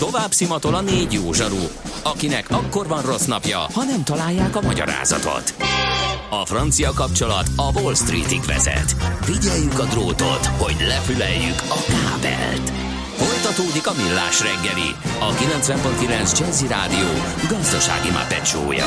Tovább szimatol a 4 jó zsaru, akinek akkor van rossz napja, ha nem találják a magyarázatot. A francia kapcsolat a Wall Streetig vezet. Figyeljük a drótot, hogy lefüleljük a kábelt. Folytatódik a Millás reggeli, a 90.9 Jazzy Rádió gazdasági mápecsója.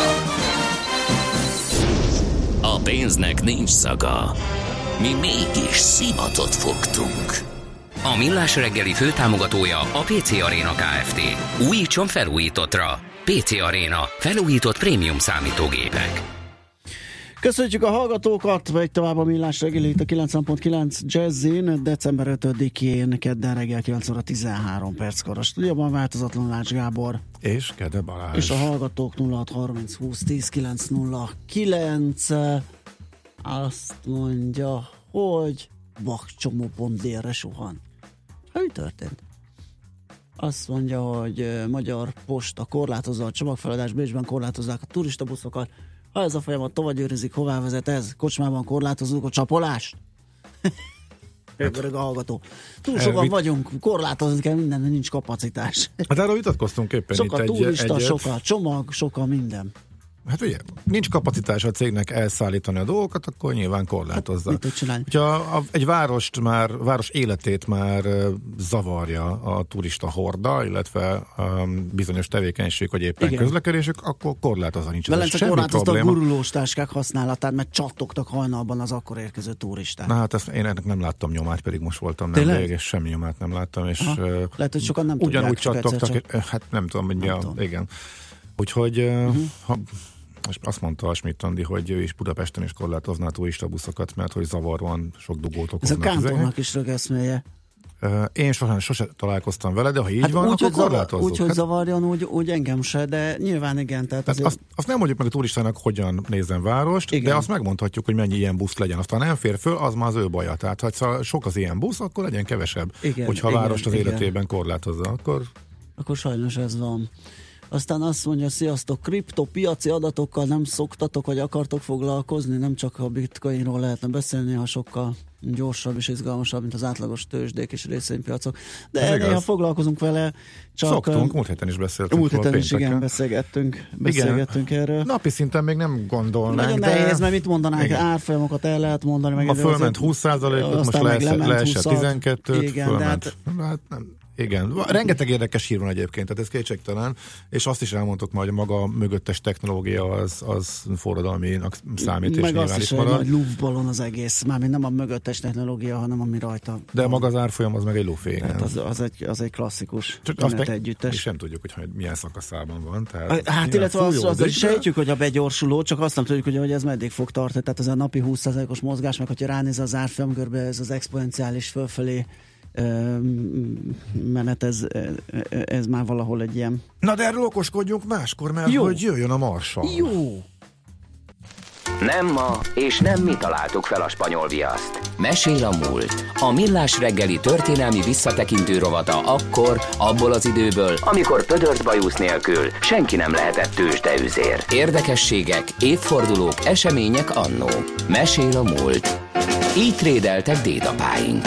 A pénznek nincs szaga. Mi mégis szimatot fogtunk. A Millás reggeli főtámogatója a PC Arena Kft. Újítson felújítottra. PC Arena. Felújított prémium számítógépek. Köszönjük a hallgatókat, vagy tovább a Millás reggeli itt a 90.9 Jazzin, december 5-én, kedden reggel 9 óra 13 perckor. A stúdióban változatlan Lács Gábor. És Kede Balázs. És a hallgatók 0630 20 10 909 azt mondja, hogy vakcsomó.pont délre suhan. Mi történt? Azt mondja, hogy Magyar Posta korlátozza a csomagfeladást, Bécsben korlátozzák a turistabuszokat. Ha ez a folyamat tovább őrizik, hová vezet ez? Kocsmában korlátozzuk a csapolást? Öreg a hallgató. Túl sokan vagyunk, korlátozni kell minden, nincs kapacitás. Hát erről vitatkoztunk éppen sokkal itt turista, sokkal csomag, sokkal minden. Hát ugye, nincs kapacitás a cégnek elszállítani a dolgokat, akkor nyilván korlátozza. Hát, mit tud csinálni? Hogyha egy város életét már zavarja a turista horda, illetve bizonyos tevékenység, hogy éppen igen, közlekedésük, akkor korlátozza nincs. Velence korlátozta a gurulós táskák használatát, mert csattogtak hajnalban az akkor érkező turisták. Na hát én ennek nem láttam nyomát, pedig most voltam nemrég, és semmi nyomát nem láttam. És lehet, hogy sokan nem tudják. Ugyanúgy csattogtak, hát nem tudom, hogy mi a... Igen. Úgyhogy azt mondta a Schmidt-Andi, hogy ő is Budapesten is korlátozná a turistabuszokat, mert hogy zavarban sok dugót okoznak. Ez a Kántornak is rögeszmélye. Én sose találkoztam vele, de ha így van, akkor korlátozzuk. Úgy, hogy zavarjon, úgy engem se, de nyilván igen. Tehát azt nem mondjuk meg a turistának, hogyan nézzen várost, igen, de azt megmondhatjuk, hogy mennyi ilyen busz legyen. Aztán nem fér föl, az már az ő baja. Tehát ha sok az ilyen busz, akkor legyen kevesebb. Igen, hogyha a várost az életében korlátozza, akkor sajnos ez van. Aztán azt mondja, sziasztok, kriptopiaci adatokkal nem szoktatok, vagy akartok foglalkozni, nem csak a bitcoinról lehetne beszélni, ha sokkal gyorsabb és izgalmasabb, mint az átlagos tőzsdék és részvénypiacok. De néha foglalkozunk vele. Csak szoktunk, múlt héten is beszéltünk. Múlt héten is, igen, beszélgettünk erről. Napi szinten még nem gondolnánk. Nagyon nehéz, mert mit mondanánk, árfolyamokat el lehet mondani. Meg ha fölment 20%-ot, most leesett 12-t, igen, fölment. Hát nem. Igen, rengeteg érdekes hír van egyébként, tehát ez kétségtelen, és azt is elmondtuk majd, hogy maga mögöttes technológia az forradalminak számít, meg és nyilván is marad. Meg az is egy nagy lúfbalon az egész, mármint nem a mögöttes technológia, hanem ami rajta. De maga az árfolyam az meg egy lúfé, igen. Az egy klasszikus együttes. És sem tudjuk, hogy milyen szakaszában van. Tehát hát illetve azt sejtjük, hogy a begyorsuló, csak azt nem tudjuk, hogy ez meddig fog tartani. Tehát ez a napi 20%-os mozgás, meg hogyha ránéz az árfolyamkörbe, ez az exponenciális fölfelé menet, ez már valahol egy ilyen... Na de erről okoskodjunk máskor, mert jó, hogy jöjjön a Marshall. Jó! Nem ma, és nem mi találtuk fel a spanyol viaszt. Mesél a múlt. A Millás reggeli történelmi visszatekintő rovata akkor, abból az időből, amikor pödört bajusz nélkül senki nem lehetett tőzsdeüzér. Érdekességek, évfordulók, események annó. Mesél a múlt. Így trédeltek dédapáink.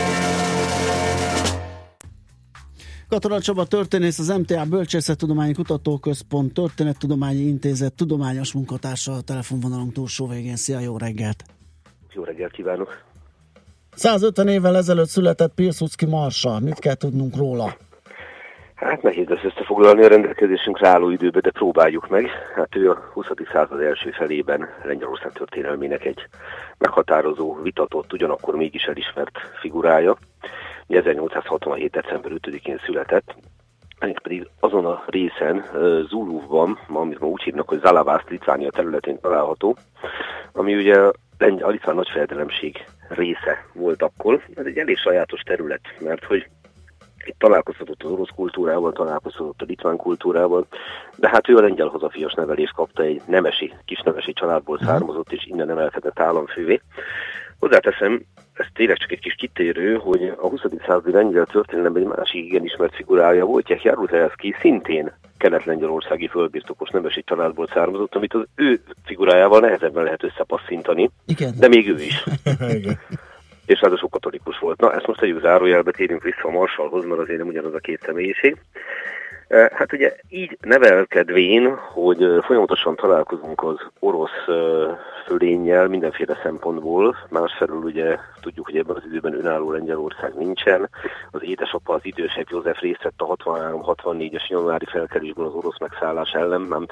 Katona Csaba történész, az MTA Bölcsészettudományi Kutatóközpont Történettudományi Intézet tudományos munkatársa a telefonvonalunk túlsó végén. Szia, jó reggelt! Jó reggelt kívánok! 150 évvel ezelőtt született Pilsudski Marshall. Mit kell tudnunk róla? Hát nehéz ezt összefoglalni a rendelkezésünkre álló időbe, de próbáljuk meg. Hát ő a 20. század első felében Lengyelország történelmének egy meghatározó, vitatott, ugyanakkor mégis elismert figurája. 1867. december 5-én született, pedig azon a részen, Zulúvban, amit ma úgy hívnak, hogy Zalavászt, Litvánia területén található, ami ugye a litván nagyfejedelemség része volt akkor. Ez egy elég sajátos terület, mert hogy itt találkozhatott az orosz kultúrával, találkozhatott a litván kultúrával, de hát ő a lengyel hazafias nevelést kapta, egy kisnemesi családból származott, és innen emelkedett államfővé. Hozzáteszem, ez tényleg csak egy kis kitérő, hogy a 20. századi lengyel történelemben egy másik igen ismert figurája Wojciech Jaruzelski, szintén kelet-lengyelországi földbirtokos nemesi családból származott, amit az ő figurájával nehezebben lehet összepasszintani, igen, de még ő is. És ráadásul katolikus volt. Na, ezt most tegyük zárójelbe, térjünk vissza a Marshallhoz, mert azért nem ugyanaz a két személyiség. Hát ugye így nevelkedvén, hogy folyamatosan találkozunk az orosz fölénnyel mindenféle szempontból, másfelől ugye tudjuk, hogy ebben az időben önálló Lengyelország nincsen, az édesapa, az idősebb József részt vett a 63-64-es januári felkelésben az orosz megszállás ellen, mármint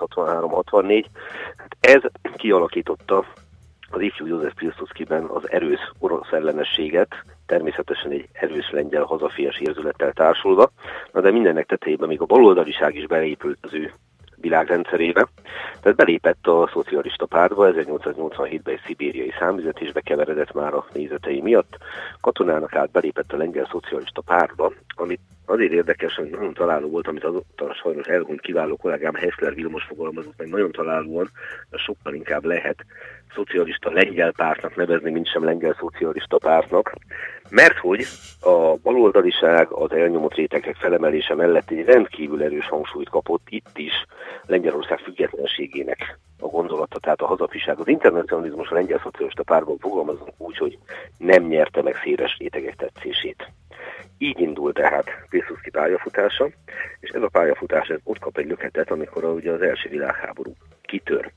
1863-64. Hát ez kialakította az ifjú József Pilsudskiben az erős orosz ellenességet, természetesen egy erős lengyel hazafias érzülettel társulva, de mindennek tetejében még a baloldaliság is beépült az ő világrendszerébe. Tehát belépett a szocialista pártba, 1887-ben egy szibériai számüzetésbe keveredett már a nézetei miatt. Katonának át belépett a lengyel szocialista pártba, amit azért érdekes, hogy nagyon találó volt, amit azóta sajnos elhunyt kiváló kollégám Hessler Vilmos fogalmazott meg nagyon találóan, de sokkal inkább lehet szocialista lengyel pártnak nevezni, mint sem lengyel szocialista pártnak, mert hogy a baloldaliság az elnyomott rétegek felemelése mellett egy rendkívül erős hangsúlyt kapott itt is Lengyelország függetlenségének a gondolata, tehát a hazafiság. Az internacionalizmus a lengyel szocialista pártban fogalmazunk úgy, hogy nem nyerte meg széles rétegek tetszését. Így indult tehát Pilsudski pályafutása, és ez a pályafutás ott kap egy löketet, amikor ugye az első világháború kitör.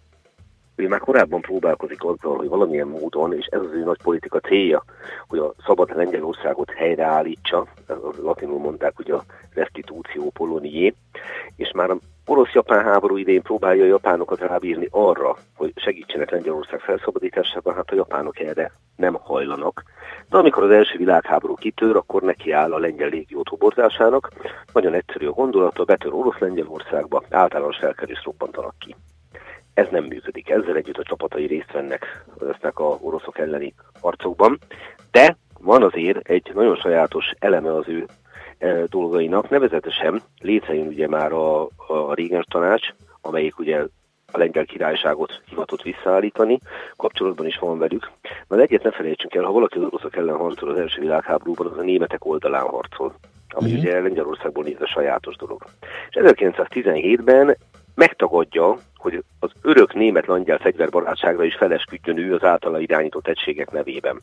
Ő már korábban próbálkozik azzal, hogy valamilyen módon, és ez az ő nagy politika célja, hogy a szabad Lengyelországot helyreállítsa, latinul mondták ugye a restitúció polonié, és már a orosz-japán háború idején próbálja a japánokat rábírni arra, hogy segítsenek Lengyelország felszabadításában, hát a japánok erre nem hajlanak. De amikor az első világháború kitör, akkor neki áll a lengyel légió toborzásának. Nagyon egyszerű a gondolata, betör Orosz-Lengyelországba, általános felkelést robbantanak ki. Ez nem működik. Ezzel együtt a csapatai részt vesznek a oroszok elleni harcokban, de van azért egy nagyon sajátos eleme az ő dolgainak, nevezetesen létrejön ugye már a régens tanács, amelyik ugye a lengyel királyságot hivatott visszaállítani, kapcsolatban is van velük. De egyet ne felejtsünk el, ha valaki az oroszok ellen harcol az első világháborúban, az a németek oldalán harcol, ami ugye Lengyelországból nézve sajátos dolog. És 1917-ben megtagadja, hogy az örök német-lengyel fegyverbarátságra is felesküdjön ő az általa irányított egységek nevében.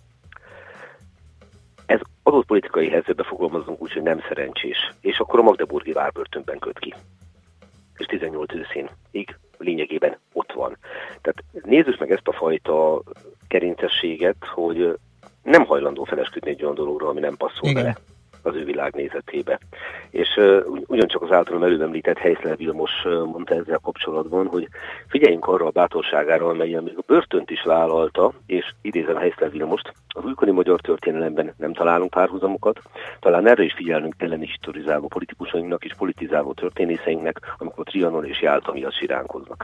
Ez adott politikai helyzetben fogalmazunk úgy, hogy nem szerencsés, és akkor a magdeburgi várbörtönben köt ki. És 18 őszén lényegében ott van. Tehát nézzük meg ezt a fajta gerincességet, hogy nem hajlandó felesküdni egy olyan dologra, ami nem passzol bele az ő világnézetébe. És ugyancsak az általam előbb említett Hessler Vilmos mondta ezzel kapcsolatban, hogy figyeljünk arra a bátorságára, amelyen még a börtönt is vállalta, és idézem Hessler Vilmost, az újkori magyar történelemben nem találunk párhuzamokat, talán erre is figyelnünk kellene historizáló politikusainknak és politizáló történészeinknek, amikor Trianon és Jálta miatt siránkoznak.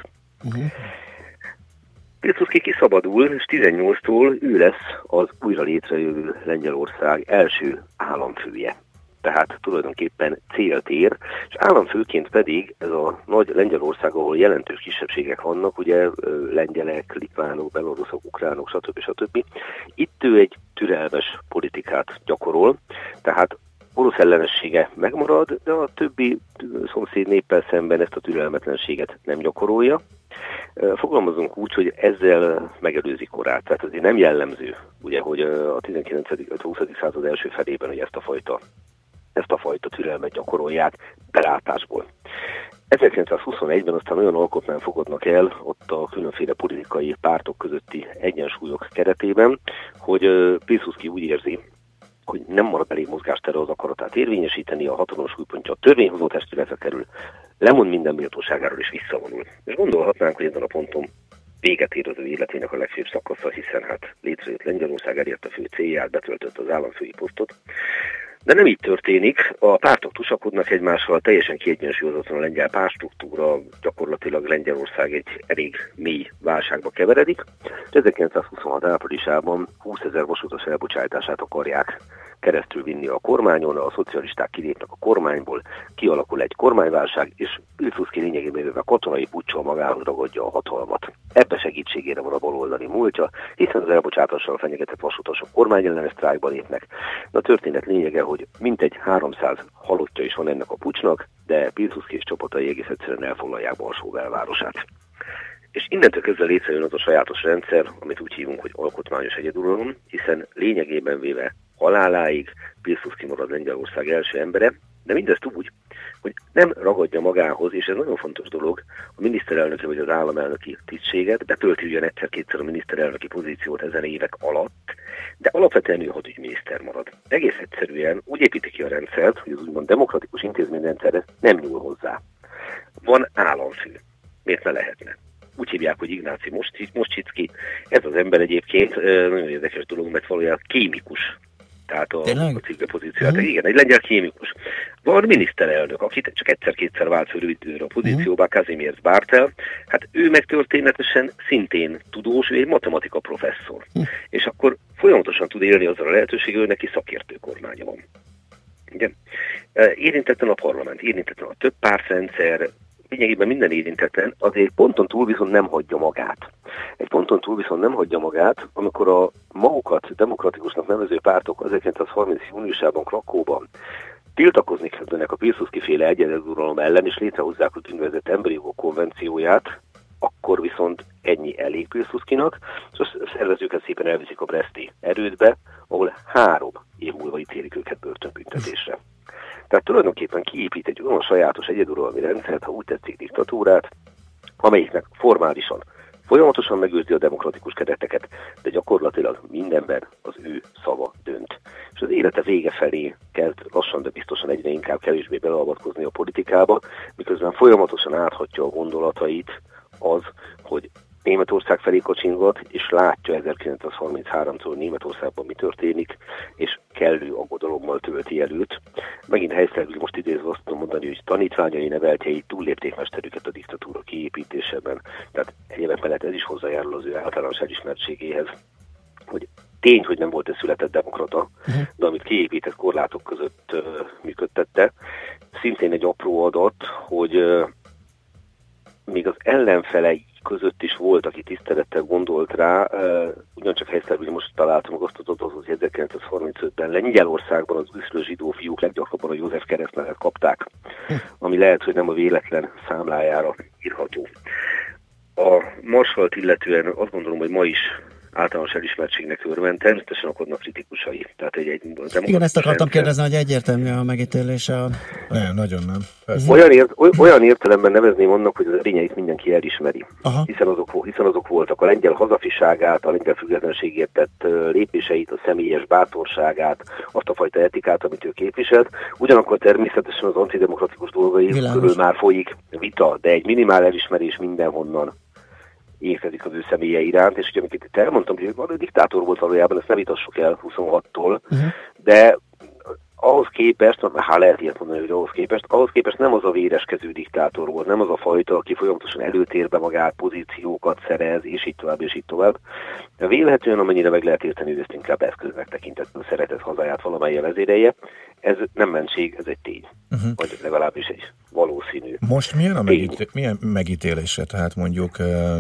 Pilsudski kiszabadul, és 18-tól ő lesz az újra létrejövő Lengyelország első államfője. Tehát tulajdonképpen célt ér, és államfőként pedig ez a nagy Lengyelország, ahol jelentős kisebbségek vannak, ugye lengyelek, litvánok, beloruszok, ukránok, stb. Itt ő egy türelmes politikát gyakorol, tehát orosz ellenessége megmarad, de a többi szomszéd néppel szemben ezt a türelmetlenséget nem gyakorolja. Fogalmazunk úgy, hogy ezzel megelőzi korát. Tehát azért nem jellemző, ugye, hogy a 19.-20. század első felében, hogy ezt a fajta türelmet gyakorolják belátásból. 1921-ben aztán olyan alkotmányt fogadnak el ott a különféle politikai pártok közötti egyensúlyok keretében, hogy Pilsudski úgy érzi, hogy nem marad elég mozgástere az akaratát érvényesíteni, a hatalom súlypontja a törvényhozó testületre kerül, lemond minden méltóságáról és visszavonul. És gondolhatnánk, hogy ezen a ponton véget ér az ő életének a legfőbb szakasza, hiszen hát létrejött Lengyelország, elérte fő célját, betöltött az államfői posztot. De nem így történik, a pártok tusakodnak egymással, teljesen kiegyensúlyozatlan a lengyel pártstruktúra, gyakorlatilag Lengyelország egy elég mély válságba keveredik. 1926 áprilisában 20 000 vasutas elbocsátását akarják keresztül vinni a kormányon, a szocialisták kilépnek a kormányból, kialakul egy kormányválság, és Pilsudski lényegében a katonai puccsal magához ragadja a hatalmat. Ebbe segítségére van a baloldali múltja, hiszen az elbocsátással fenyegetett vasutasok kormányellenes sztrájkba lépnek. De a történet lényege, hogy mintegy 300 halottja is van ennek a puccsnak, de Pilsudski és csapatai egész egyszerűen elfoglalják Balsó belvárosát. És innentől kezdve létrejön az a sajátos rendszer, amit úgy hívunk, hogy alkotmányos egyeduralom, hiszen lényegében véve haláláig Pilsudski marad Lengyelország első embere, de mindezt úgy, hogy nem ragadja magához, és ez nagyon fontos dolog, a miniszterelnöki vagy az államelnöki tisztséget, betölti ugyan egyszer-kétszer a miniszterelnöki pozíciót ezen évek alatt, de alapvetően ő hadügyminiszter marad. Egész egyszerűen úgy építi ki a rendszert, hogy az úgymond demokratikus intézményrendszerre nem nyúl hozzá. Van államfő. Miért ne lehetne? Úgy hívják, hogy Ignácy Moscsicki. Ez az ember egyébként nagyon érdekes dolog, mert valójában kémikus. Tehát a civil pozíciót. Igen, egy lengyel kémikus. Van miniszterelnök, akit csak egyszer-kétszer vált föl rövid időre a pozícióba, Kazimierz Bartel. Hát ő meg történetesen szintén tudós, ő egy matematika professzor. És akkor folyamatosan tud élni azzal a lehetőséggel, hogy neki szakértő kormánya van. Igen. Érintetten a parlament, érintetten a több pártrendszer, lényegében minden érintetten, azért ponton túl viszont nem hagyja magát. Egy ponton túl viszont nem hagyja magát, amikor a magukat demokratikusnak nevező pártok 1930. júniusában Krakóban tiltakozni kezdenek a Pilsudski-féle egyenlőuralom ellen, és létrehozzák az úgynevezett emberi jogok konvencióját, akkor viszont ennyi elég Pilsudskinak, és a szervezőket szépen elviszik a breszti erődbe, ahol 3 év múlva ítélik őket börtönbüntetésre. Tehát tulajdonképpen kiépít egy olyan sajátos egyeduralmi rendszert, ha úgy tetszik diktatúrát, amelyiknek formálisan folyamatosan megőrzi a demokratikus kereteket, de gyakorlatilag mindenben az ő szava dönt. És az élete vége felé kezd lassan, de biztosan egyre inkább kevésbé beleavatkozni a politikába, miközben folyamatosan áthatja a gondolatait az, hogy Németország felé kocsingat, és látja 1933-tól Németországban mi történik, és kellő aggodalommal tölti előtt. Megint helyszerűen most idézve azt tudom mondani, hogy tanítványai, neveltjei túllépték mesterüket a diktatúra kiépítésében. Tehát egyébként mellett ez is hozzájárul az ő általános elismertségéhez, hogy tény, hogy nem volt ez született demokrata, de amit kiépített korlátok között működtette. Szintén egy apró adat, hogy még az ellenfelei között is volt, aki tisztelettel gondolt rá, ugyancsak helyszerűen most találtam azt az adatot, hogy 1935-ben Lengyelországban az üszlő zsidó fiúk leggyakrabban a József keresztnevet kapták, ami lehet, hogy nem a véletlen számlájára írható. A Marsallt illetően azt gondolom, hogy ma is általános elismertségnek örvend, természetesen akadnak kritikusai. Tehát igen, ezt akartam kérdezni, hogy egyértelmű a megítélése. Nem, nagyon nem. Olyan értelemben nevezném annak, hogy az erényeit mindenki elismeri. Hiszen azok voltak a lengyel hazafiságát, a lengyel függetlenségért tett lépéseit, a személyes bátorságát, azt a fajta etikát, amit ő képviselt. Ugyanakkor természetesen az antidemokratikus dolgai körül már folyik vita, de egy minimál elismerés mindenhonnan érkezik az ő személye iránt, és ugye amiket itt elmondtam, hogy a diktátor volt valójában, ezt nem vitassuk el 26-tól, de ahhoz képest, lehet ilyet mondani, hogy ahhoz képest nem az a véreskező diktátor volt, nem az a fajta, aki folyamatosan előtérbe magát, pozíciókat szerez, és így tovább, és így tovább. De vélhetően, amennyire meg lehet érteni, hogy ezt inkább eszköznek tekintetben szeretett hazáját valamelyel vezérelje. Ez nem mentség, ez egy tény. Vagy legalábbis egy valószínű. Most milyen megítélése? Tehát mondjuk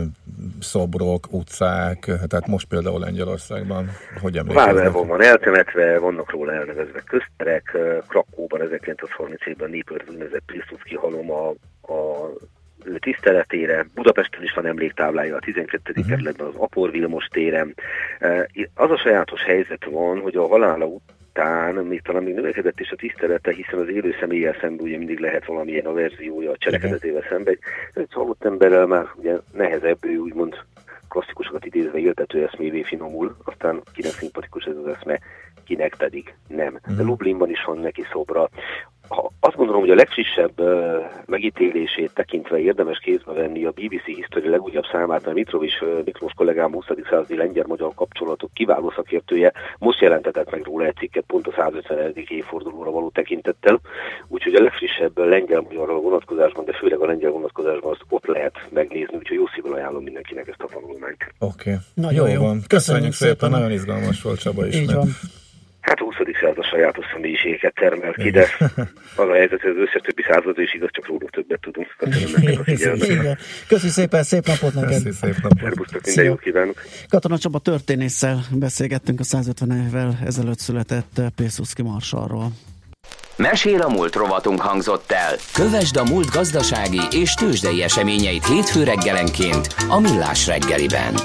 szobrok, utcák, tehát most például Lengyelországban, hogy emlékeznek? Vágában van eltemetve, vannak róla elnevezve közterek, Krakóban 1930 évben népült úgynevezett Pilsudski halom a ő tiszteletére, Budapesten is van emléktáblája, a 12. kerületben az Apor Vilmos téren. Az a sajátos helyzet van, hogy a halála után még talán még növekedett is a tisztelete, hiszen az élő személlyel szemben ugye mindig lehet valamilyen averziója a cselekedetével szemben. Egy halott emberrel már ugye nehezebb, ő úgymond klasszikusokat idézve éltető eszmévé finomul, aztán kinek szimpatikus ez az eszme, kinek pedig nem. De Lublinban is van neki szobra. Azt gondolom, hogy a legfrissebb megítélését tekintve érdemes kézbe venni a BBC History legújabb számát, mert Mitrovics Miklós kollégám 20. századi lengyel-magyar kapcsolatok kiváló szakértője most jelentetett meg róla egy cikket pont a 150. évfordulóra való tekintettel, úgyhogy a legfrissebb lengyel-magyarra vonatkozásban, de főleg a lengyel vonatkozásban azt ott lehet megnézni, úgyhogy jó szívvel ajánlom mindenkinek ezt a tanulmányt. Oké. Nagyon jó. Van. Köszönjük szépen, nagyon izgalmas volt, Csaba is. Így van. Hát a 20. század sajátos személyiséget termel ki, de az a helyzet, hogy az összes többi század is igaz, csak róluk többet tudunk. Köszönöm nektek a figyelmet. Köszi szépen, szép napot neked! Köszi, szép napot! Szerbusztok, minden jót kívánok! Katona Csaba történésszel beszélgettünk a 150 évvel ezelőtt született Pilsudski Marsalról. Mesél a múlt rovatunk hangzott el. Kövesd a múlt gazdasági és tőzsdei eseményeit hétfő reggelenként a Millás reggeliben.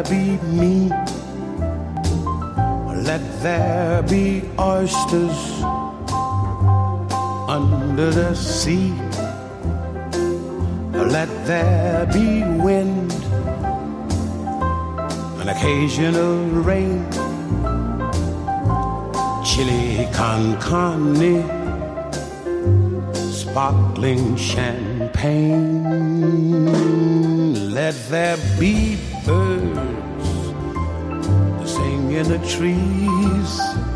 there be me. Let there be oysters under the sea. Let there be wind, an occasional rain, chili con carne, sparkling champagne. Let there be birds to sing in the trees,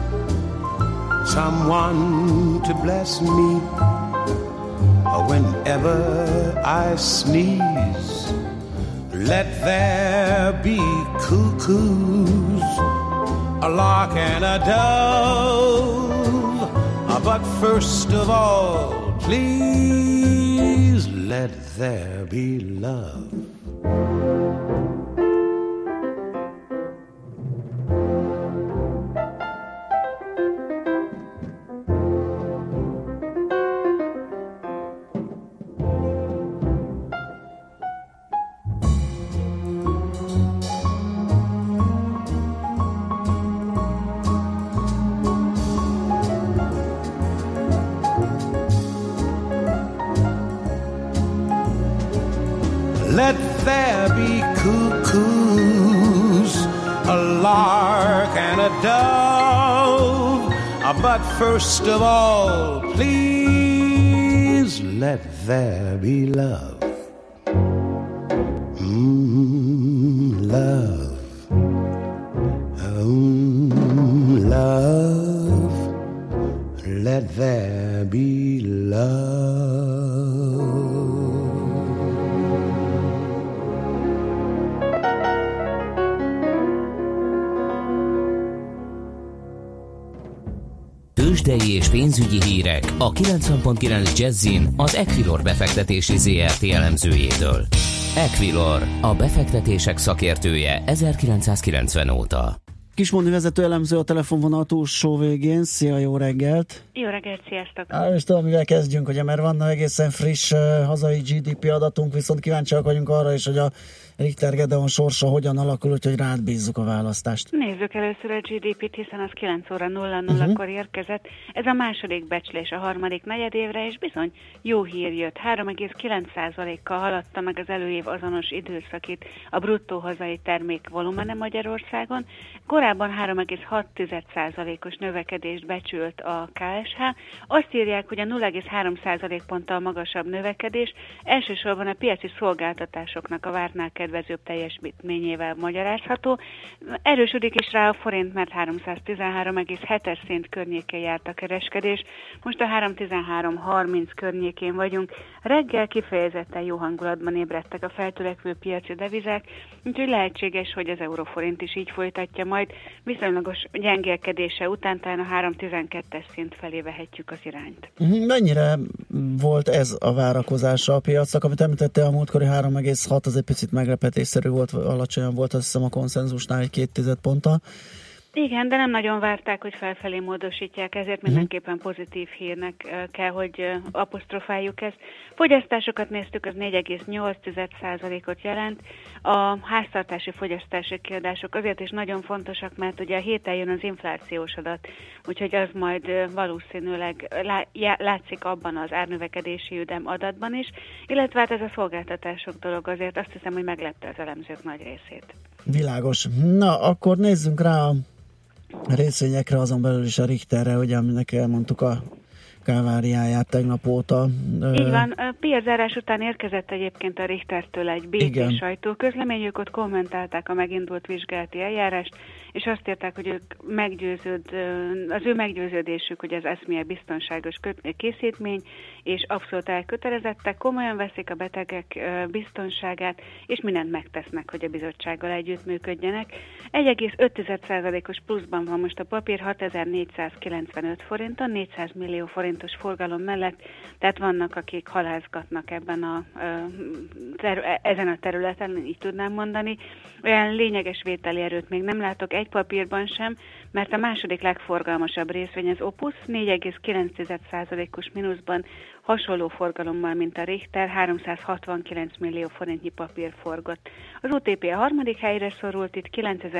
someone to bless me whenever I sneeze. Let there be cuckoos, a lark and a dove, but first of all, please let there be love. Let there be cuckoos, a lark and a dove, but first of all, please let there be love. Love. Love. Let there be love. Tőzsdei és pénzügyi hírek a 90.9 Jazzin az Equilor befektetési ZRT elemzőjétől. Equilor, a befektetések szakértője 1990 óta. Kismondi vezető elemző a telefonvonal túlsó végén. Szia, jó reggelt! Jó reggelt, sziasztok! És tudom, mivel kezdjünk, ugye, mert van egészen friss hazai GDP adatunk, viszont kíváncsiak vagyunk arra is, hogy a Richter Gedeon sorsa hogyan alakul, úgyhogy rád bízzuk a választást. Nézzük először a GDP-t, hiszen az 9 óra 00-kor érkezett. Ez a második becslés a harmadik negyedévre, és bizony jó hír jött. 3,9%-kal haladta meg az előév azonos időszakit a bruttó hazai termék volumene Magyarországon. Korábban 3,6%-os növekedést becsült a KSH. Azt írják, hogy a 0,3% ponttal magasabb növekedés elsősorban a piaci szolgáltatásoknak a vártnál kedvezőbb teljesítményével magyarázható. Erősödik is rá a forint, mert 313,7-es szint környékén járt a kereskedés. Most a 313,30 környékén vagyunk. Reggel kifejezetten jó hangulatban ébredtek a feltörekvő piaci devizák, úgyhogy lehetséges, hogy az euróforint is így folytatja majd. Viszonylagos gyengélkedése után talán a 3,12-es szint felé vehetjük az irányt. Mennyire volt ez a várakozása a piacnak, amit említette a múltkori 3,6, az egy picit meglepetésszerű volt, alacsonyan volt, azt hiszem a konszenzusnál egy 2 ponttal. Igen, de nem nagyon várták, hogy felfelé módosítják, ezért mindenképpen pozitív hírnek kell, hogy apostrofáljuk ezt. Fogyasztásokat néztük, az 4,8%-ot jelent. A háztartási fogyasztási kiadások azért is nagyon fontosak, mert ugye a héten jön az inflációs adat, úgyhogy az majd valószínűleg látszik abban az árnövekedési ütem adatban is, illetve hát ez a szolgáltatások dolog azért azt hiszem, hogy meglepte az elemzők nagy részét. Világos. Na, akkor nézzünk rá a részvényekre, azon belül is a Richterre, ugye, aminek elmondtuk a káváriáját tegnap óta. Így van, a piaczárás után érkezett egyébként a Richtertől egy BT sajtóközlemény, ott kommentálták a megindult vizsgálati eljárást, és azt írták, hogy ők az ő meggyőződésük, hogy az eszmélye biztonságos készítmény, és abszolút elkötelezettek, komolyan veszik a betegek biztonságát, és mindent megtesznek, hogy a bizottsággal együttműködjenek. 1,5%-os pluszban van most a papír 6495 forinton, 400 millió forintos forgalom mellett, tehát vannak, akik halázgatnak ezen a területen, így tudnám mondani. Olyan lényeges vételi erőt még nem látok egy papírban sem, mert a második legforgalmasabb részvény az Opus 4,9%-os mínuszban, hasonló forgalommal, mint a Richter, 369 millió forintnyi papír forgott. Az OTP a harmadik helyre szorult, itt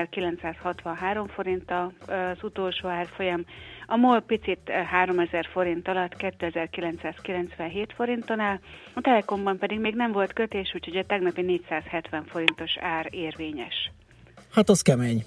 9963 forint az utolsó árfolyam, a MOL picit 3000 forint alatt 2997 forinton áll, a Telekomban pedig még nem volt kötés, úgyhogy a tegnapi 470 forintos ár érvényes. Hát az kemény.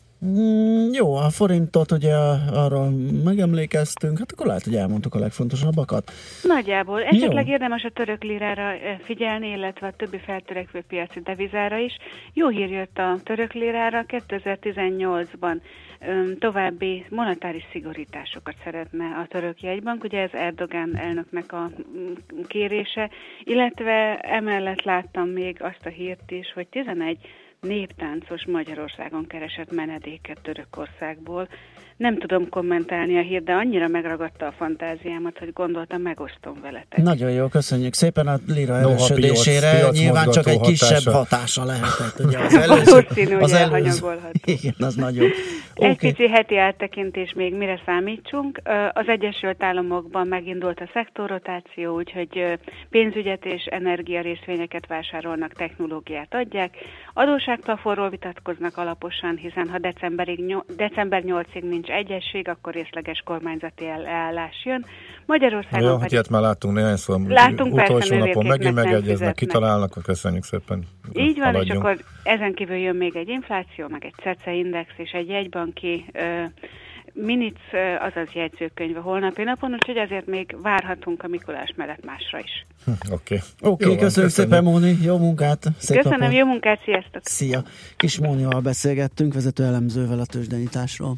Jó, a forintot ugye arról megemlékeztünk, hát akkor lehet, hogy elmondtuk a legfontosabbakat. Nagyjából. Esetleg érdemes a török lirára figyelni, illetve a többi feltörekvő piaci devizára is. Jó hír jött a török lirára, 2018-ban további monetáris szigorításokat szeretne a török jegybank, ugye ez Erdogan elnöknek a kérése, illetve emellett láttam még azt a hírt is, hogy 11 néptáncos Magyarországon keresett menedéket Törökországból. Nem tudom kommentálni a hírt, de annyira megragadta a fantáziámat, hogy gondoltam, megosztom veletek. Nagyon jó, köszönjük szépen a lira erősödésére. Nyilván csak egy kisebb hatása lehetett. Ugye az valószínű, hogy elhanyagolható. Igen, az nagyon. Egy pici heti áttekintés még mire számítsunk. Az Egyesült Államokban megindult a szektorrotáció, úgyhogy pénzügyet és energiarészvényeket vásárolnak, technológiát adják. Adósságplafonról vitatkoznak alaposan, hiszen ha december 8-ig nincs egyesség, akkor részleges kormányzati elállás jön. Magyarországon pedig... ilyet már láttunk néhányszor. Utolsó napon megint megegyeznek, kitalálnak, köszönjük szépen. Így van, és akkor ezen kívül jön még egy infláció, meg egy CECE index és egy jegybanki Minic, azaz jegyzőkönyv a holnapi napon, úgyhogy azért még várhatunk a Mikulás mellett másra is. Oké, köszönjük szépen, Móni, jó munkát! Köszönöm, napot. Jó munkát, sziasztok! Szia! Kis Mónival beszélgettünk, vezető elemzővel a tőzsdenyításról.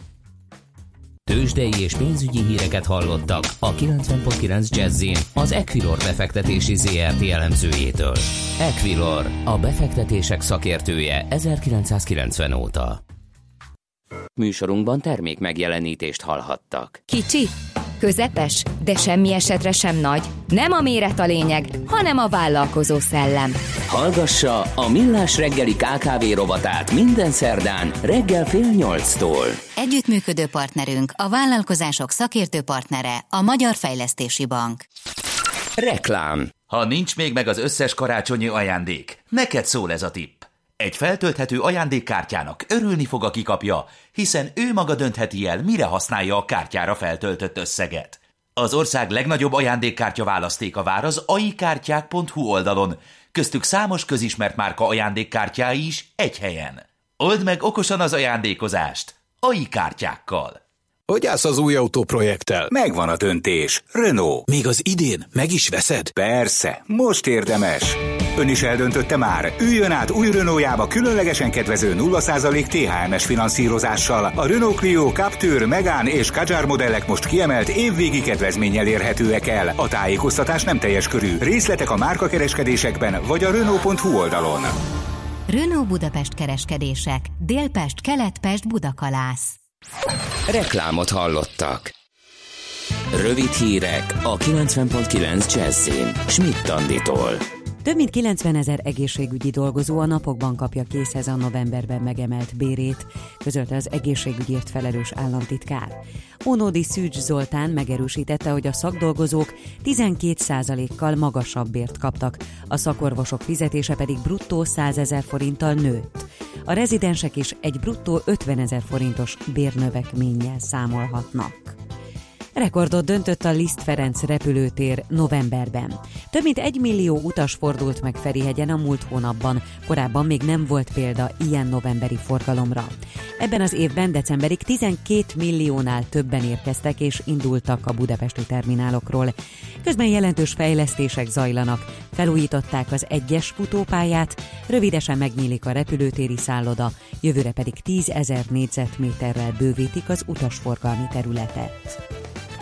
Tőzsdei és pénzügyi híreket hallottak a 90.9 Jazzin az Equilor befektetési ZRT elemzőjétől. Equilor, a befektetések szakértője 1990 óta. Műsorunkban termék megjelenítést hallhattak. Kicsi, közepes, de semmi esetre sem nagy. Nem a méret a lényeg, hanem a vállalkozó szellem. Hallgassa a Millás reggeli KKV rovatát minden szerdán reggel 7:30-tól. Együttműködő partnerünk, a vállalkozások szakértő partnere, a Magyar Fejlesztési Bank. Reklám. Ha nincs még meg az összes karácsonyi ajándék, neked szól ez a tipp. Egy feltölthető ajándékkártyának örülni fog, aki kapja, hiszen ő maga döntheti el, mire használja a kártyára feltöltött összeget. Az ország legnagyobb ajándékkártya választéka vár az aikártyák.hu oldalon, köztük számos közismert márka ajándékkártyái is egy helyen. Old meg okosan az ajándékozást AI kártyákkal. Hogy állsz az új autóprojekttel? Megvan a döntés. Renault. Még az idén meg is veszed? Persze, most érdemes. Ön is eldöntötte már? Üljön át új Renaultjába különlegesen kedvező 0% THM-es finanszírozással. A Renault Clio, Captur, Megane és Kadjar modellek most kiemelt évvégi kedvezménnyel érhetőek el. A tájékoztatás nem teljes körű. Részletek a márkakereskedésekben vagy a Renault.hu oldalon. Renault Budapest kereskedések. Délpest, Keletpest, Budakalász. Reklámot hallottak. Rövid hírek a 90.9 Jazzin Schmidt Anditól. Több mint 90 000 egészségügyi dolgozó a napokban kapja készhez a novemberben megemelt bérét, közölte az egészségügyért felelős államtitkár. Ónodi Szűcs Zoltán megerősítette, hogy a szakdolgozók 12%-kal magasabb bért kaptak, a szakorvosok fizetése pedig bruttó 100 000 forinttal nőtt. A rezidensek is egy bruttó 50 000 forintos bérnövekménnyel számolhatnak. Rekordot döntött a Liszt Ferenc repülőtér novemberben. Több mint 1 millió utas fordult meg Ferihegyen a múlt hónapban, korábban még nem volt példa ilyen novemberi forgalomra. Ebben az évben decemberig 12 milliónál többen érkeztek és indultak a budapesti terminálokról. Közben jelentős fejlesztések zajlanak, felújították az 1-es futópályát, rövidesen megnyílik a repülőtéri szálloda, jövőre pedig 10 000 négyzetméterrel bővítik az utasforgalmi területet.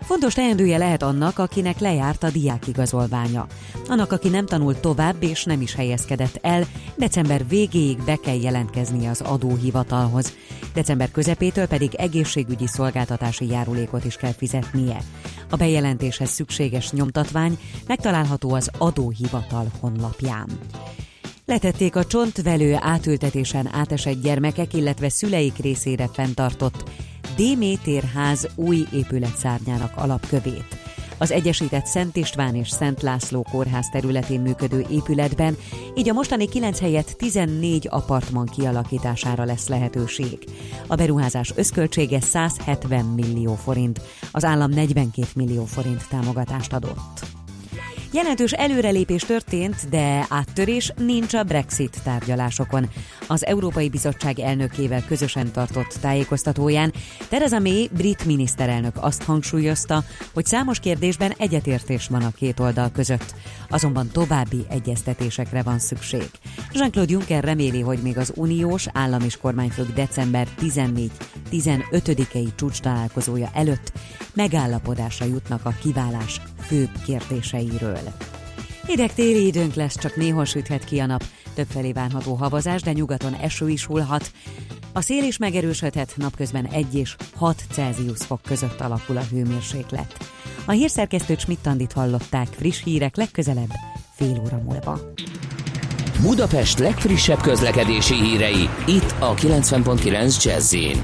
Fontos teendője lehet annak, akinek lejárt a diákigazolványa. Annak, aki nem tanult tovább és nem is helyezkedett el, december végéig be kell jelentkeznie az adóhivatalhoz. December közepétől pedig egészségügyi szolgáltatási járulékot is kell fizetnie. A bejelentéshez szükséges nyomtatvány megtalálható az adóhivatal honlapján. Letették a csontvelő átültetésen átesett gyermekek, illetve szüleik részére fenntartott Démétérház új épületszárnyának alapkövét. Az egyesített Szent István és Szent László kórház területén működő épületben így a mostani 9 helyett 14 apartman kialakítására lesz lehetőség. A beruházás összköltsége 170 millió forint, az állam 42 millió forint támogatást adott. Jelentős előrelépés történt, de áttörés nincs a Brexit tárgyalásokon. Az Európai Bizottság elnökével közösen tartott tájékoztatóján Theresa May brit miniszterelnök azt hangsúlyozta, hogy számos kérdésben egyetértés van a két oldal között, azonban további egyeztetésekre van szükség. Jean-Claude Juncker reméli, hogy még az uniós állam és kormányfők december 14-15-i csúcstalálkozója előtt megállapodásra jutnak a kiválás főbb kérdéseiről. Hideg téli időnk lesz, csak néhol süthet ki a nap, többfelé várható havazás, de nyugaton eső is hullhat. A szél is megerősödhet, napközben 1 és 6 Celsius fok között alakul a hőmérséklet. A hírszerkesztőt Schmidt-Andit hallották, friss hírek legközelebb fél óra múlva. Budapest legfrissebb közlekedési hírei, itt a 90.9 Jazz-in.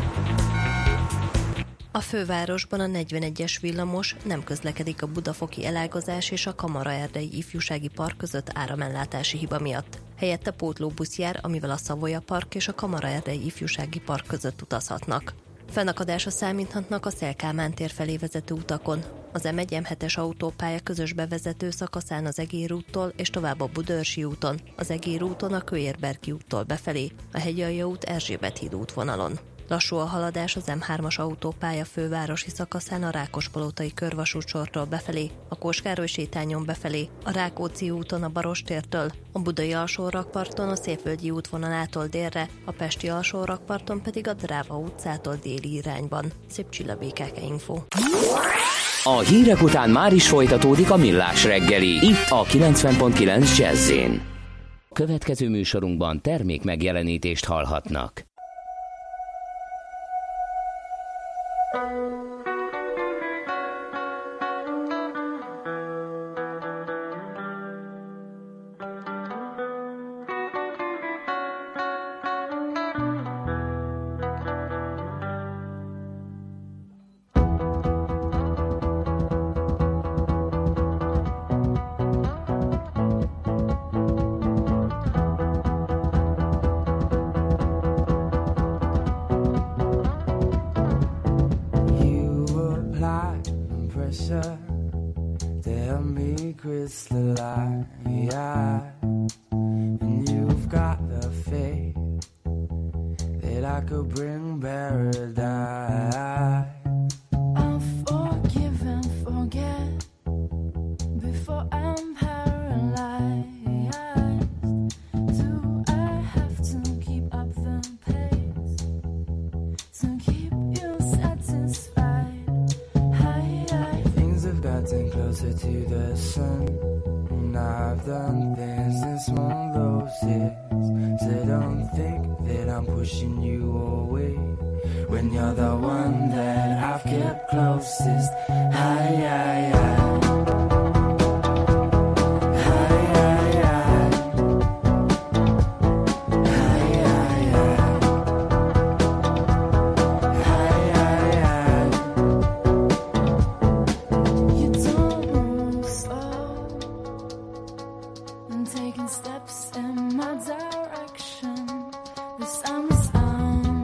A fővárosban a 41-es villamos nem közlekedik a budafoki elágazás és a Kamaraerdei ifjúsági park között áramellátási hiba miatt. Helyette pótlóbusz jár, amivel a Savoya Park és a Kamaraerdei ifjúsági park között utazhatnak. Fennakadásra számíthatnak a Széll-Kálmán tér felé vezető utakon. Az M1-M7-es autópálya közös bevezető szakaszán az Egér úttól és tovább a Budaörsi úton, az Egér úton a Kőérberki úttól befelé, a Hegyalja út Erzsébet híd útvonalon. Lassú a haladás az M3-as autópálya fővárosi szakaszán a Rákospalótai körvasút sortól befelé, a Kóskároly sétányon befelé, a Rákóczi úton a Barostértől, a Budai alsórakparton a Szépvölgyi útvonalától délre, a Pesti alsórakparton pedig a Dráva utcától déli irányban. Szép Csilla BKK Info. A hírek után már is folytatódik a Millás reggeli, itt a 90.9 Jazz-én. Következő műsorunkban termék megjelenítést hallhatnak.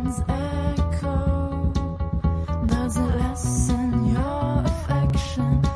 Does it lessen your affection?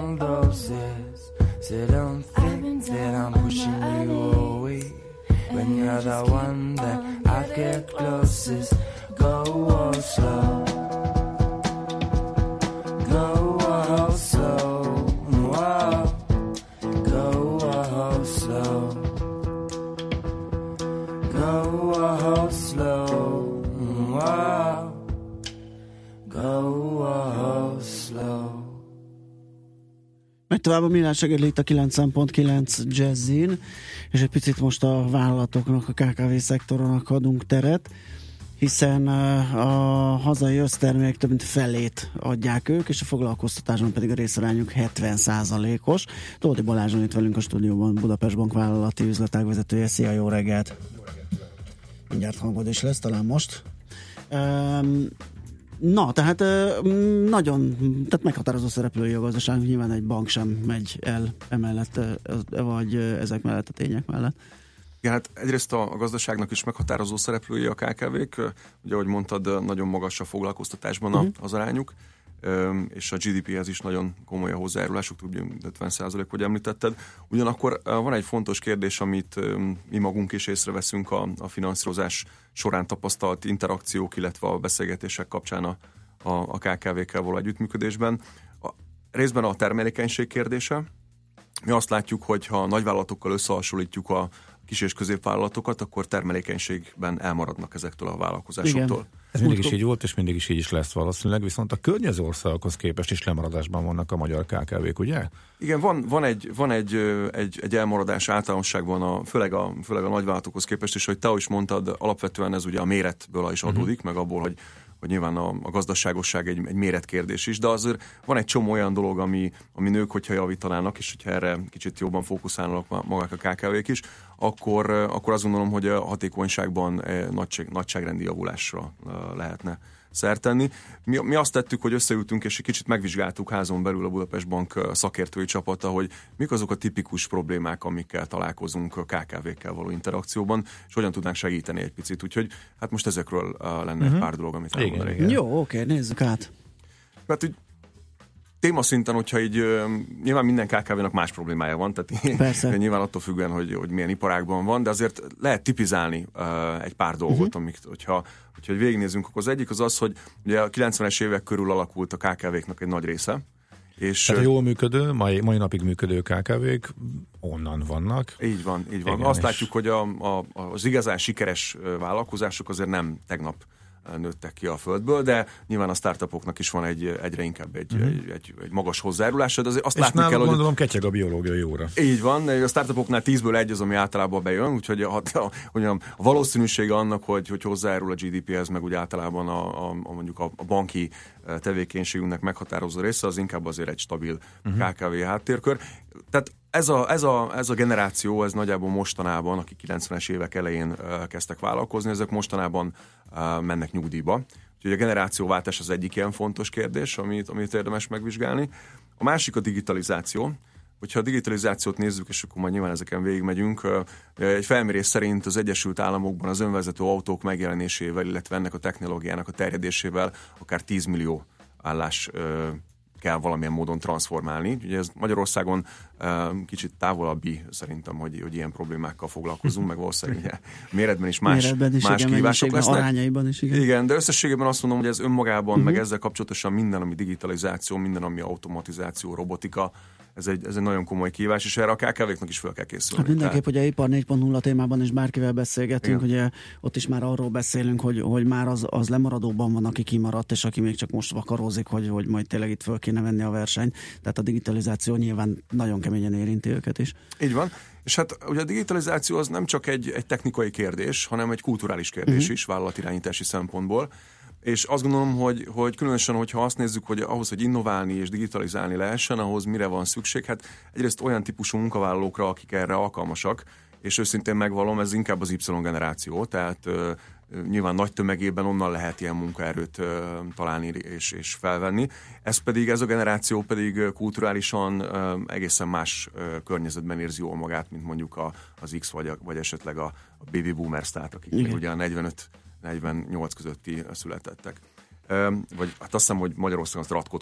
long doses. So don't think that I'm pushing you away when you're the one that I get closest. Go all slow. Go all slow. Whoa. Go all slow. Go all slow. Whoa. Go all slow. Megy tovább a Millás reggeli itt a 90.9 Jazzin, és egy picit most a vállalatoknak, a KKV szektornak adunk teret, hiszen a hazai össztermék több mint felét adják ők, és a foglalkoztatásban pedig a részarányuk 70%-os. Tóti Balázson itt velünk a stúdióban, Budapest Bank vállalati üzletág vezetője. Szia, jó reggelt! Mindjárt hangod is lesz, talán most. Na, tehát nagyon, tehát meghatározó szereplői a gazdaság, nyilván egy bank sem megy el emellett, vagy ezek mellett a tények mellett. Igen, hát egyrészt a gazdaságnak is meghatározó szereplői a KKV-k, ugye ahogy mondtad, nagyon magas a foglalkoztatásban az arányuk, és a GDP-hez is nagyon komoly a hozzájárulásuk, több 50%, hogy említetted. Ugyanakkor van egy fontos kérdés, amit mi magunk is észreveszünk a finanszírozás során tapasztalt interakciók, illetve a beszélgetések kapcsán a KKV-kkel való együttműködésben. Részben a termelékenység kérdése. Mi azt látjuk, hogy ha a nagyvállalatokkal összehasonlítjuk a kis- és középvállalatokat, akkor termelékenységben elmaradnak ezektől a vállalkozásoktól. Igen. Ez mindig is így volt, és mindig is így is lesz valószínűleg, viszont a környező országokhoz képest is lemaradásban vannak a magyar KKV-k, ugye? Igen, van egy elmaradás általánosságban, főleg a nagyvállalatokhoz képest, és hogy te is mondtad, alapvetően ez ugye a méretből is adódik, meg abból, hogy nyilván a gazdaságosság egy méretkérdés is, de azért van egy csomó olyan dolog, ami nők, hogyha javítanának, és hogyha erre kicsit jobban fókuszálnak magák a KKV-k is, akkor azt gondolom, hogy a hatékonyságban nagyságrendi javulásra lehetne szert tenni. Mi azt tettük, hogy összeültünk, és egy kicsit megvizsgáltuk házon belül a Budapest Bank szakértői csapata, hogy mik azok a tipikus problémák, amikkel találkozunk a KKV-kkel való interakcióban, és hogyan tudnánk segíteni egy picit. Úgyhogy hát most ezekről lenne egy pár dolog, amit elmondanék. Jó, oké, nézzük át. Hát úgy témaszinten, hogyha így nyilván minden KKV-nak más problémája van, tehát nyilván attól függően, hogy milyen iparágban van, de azért lehet tipizálni egy pár dolgot, amit, hogyha végignézzünk, akkor az egyik az, hogy ugye a 90-es évek körül alakult a KKV-knak egy nagy része. És tehát jól működő, mai napig működő KKV-k onnan vannak. Így van. Igen, azt látjuk, hogy az igazán sikeres vállalkozások azért nem tegnap nőttek ki a földből, de nyilván a startupoknak is van egyre inkább egy magas hozzájárulása, de azért azt látni kell, hogy... gondolom ketyeg a biológiai óra. Így van, a startupoknál 10-ből 1 az, ami általában bejön, úgyhogy a valószínűsége annak, hogy hozzájárul a GDP-hez, meg úgy általában mondjuk a banki tevékenységünknek meghatározó része, az inkább azért egy stabil KKV háttérkör. Tehát ez a generáció, ez nagyjából mostanában, akik 90-es évek elején kezdtek vállalkozni, ezek mostanában mennek nyugdíjba. Úgyhogy a generációváltás az egyik ilyen fontos kérdés, amit érdemes megvizsgálni. A másik a digitalizáció. Hogyha a digitalizációt nézzük, és akkor majd nyilván ezeken végigmegyünk, egy felmérés szerint az Egyesült Államokban az önvezető autók megjelenésével, illetve ennek a technológiának a terjedésével akár 10 millió állás kell valamilyen módon transformálni. Ugye ez Magyarországon kicsit távolabbi szerintem, hogy ilyen problémákkal foglalkozunk, meg valószínűleg méretben is más kihívások lesznek. Arányaiban is, igen. Igen, de összességében azt mondom, hogy ez önmagában, meg ezzel kapcsolatosan minden, ami digitalizáció, minden, ami automatizáció, robotika, ez egy nagyon komoly kihívás, és erre a KKV-knak is fel kell készülni. Hát mindenképp, hogy a Ipar 4.0 témában is bárkivel beszélgetünk, ugye ott is már arról beszélünk, hogy már az lemaradóban van, aki kimaradt, és aki még csak most vakarózik, hogy majd tényleg itt föl kéne venni a versenyt. Tehát a digitalizáció nyilván nagyon keményen érinti őket is. Így van. És hát ugye a digitalizáció az nem csak egy technikai kérdés, hanem egy kulturális kérdés is, vállalatirányítási szempontból. És azt gondolom, hogy különösen, hogyha azt nézzük, hogy ahhoz, hogy innoválni és digitalizálni lehessen, ahhoz mire van szükség, hát egyrészt olyan típusú munkavállalókra, akik erre alkalmasak, és őszintén megvallom, ez inkább az Y-generáció, tehát nyilván nagy tömegében onnan lehet ilyen munkaerőt találni és felvenni. Ez a generáció pedig kulturálisan egészen más környezetben érzi jól magát, mint mondjuk az X vagy esetleg a baby boomers, tehát akik ugye a 45-48 közötti születettek. vagy hát azt hiszem, hogy Magyarországon az Ratkó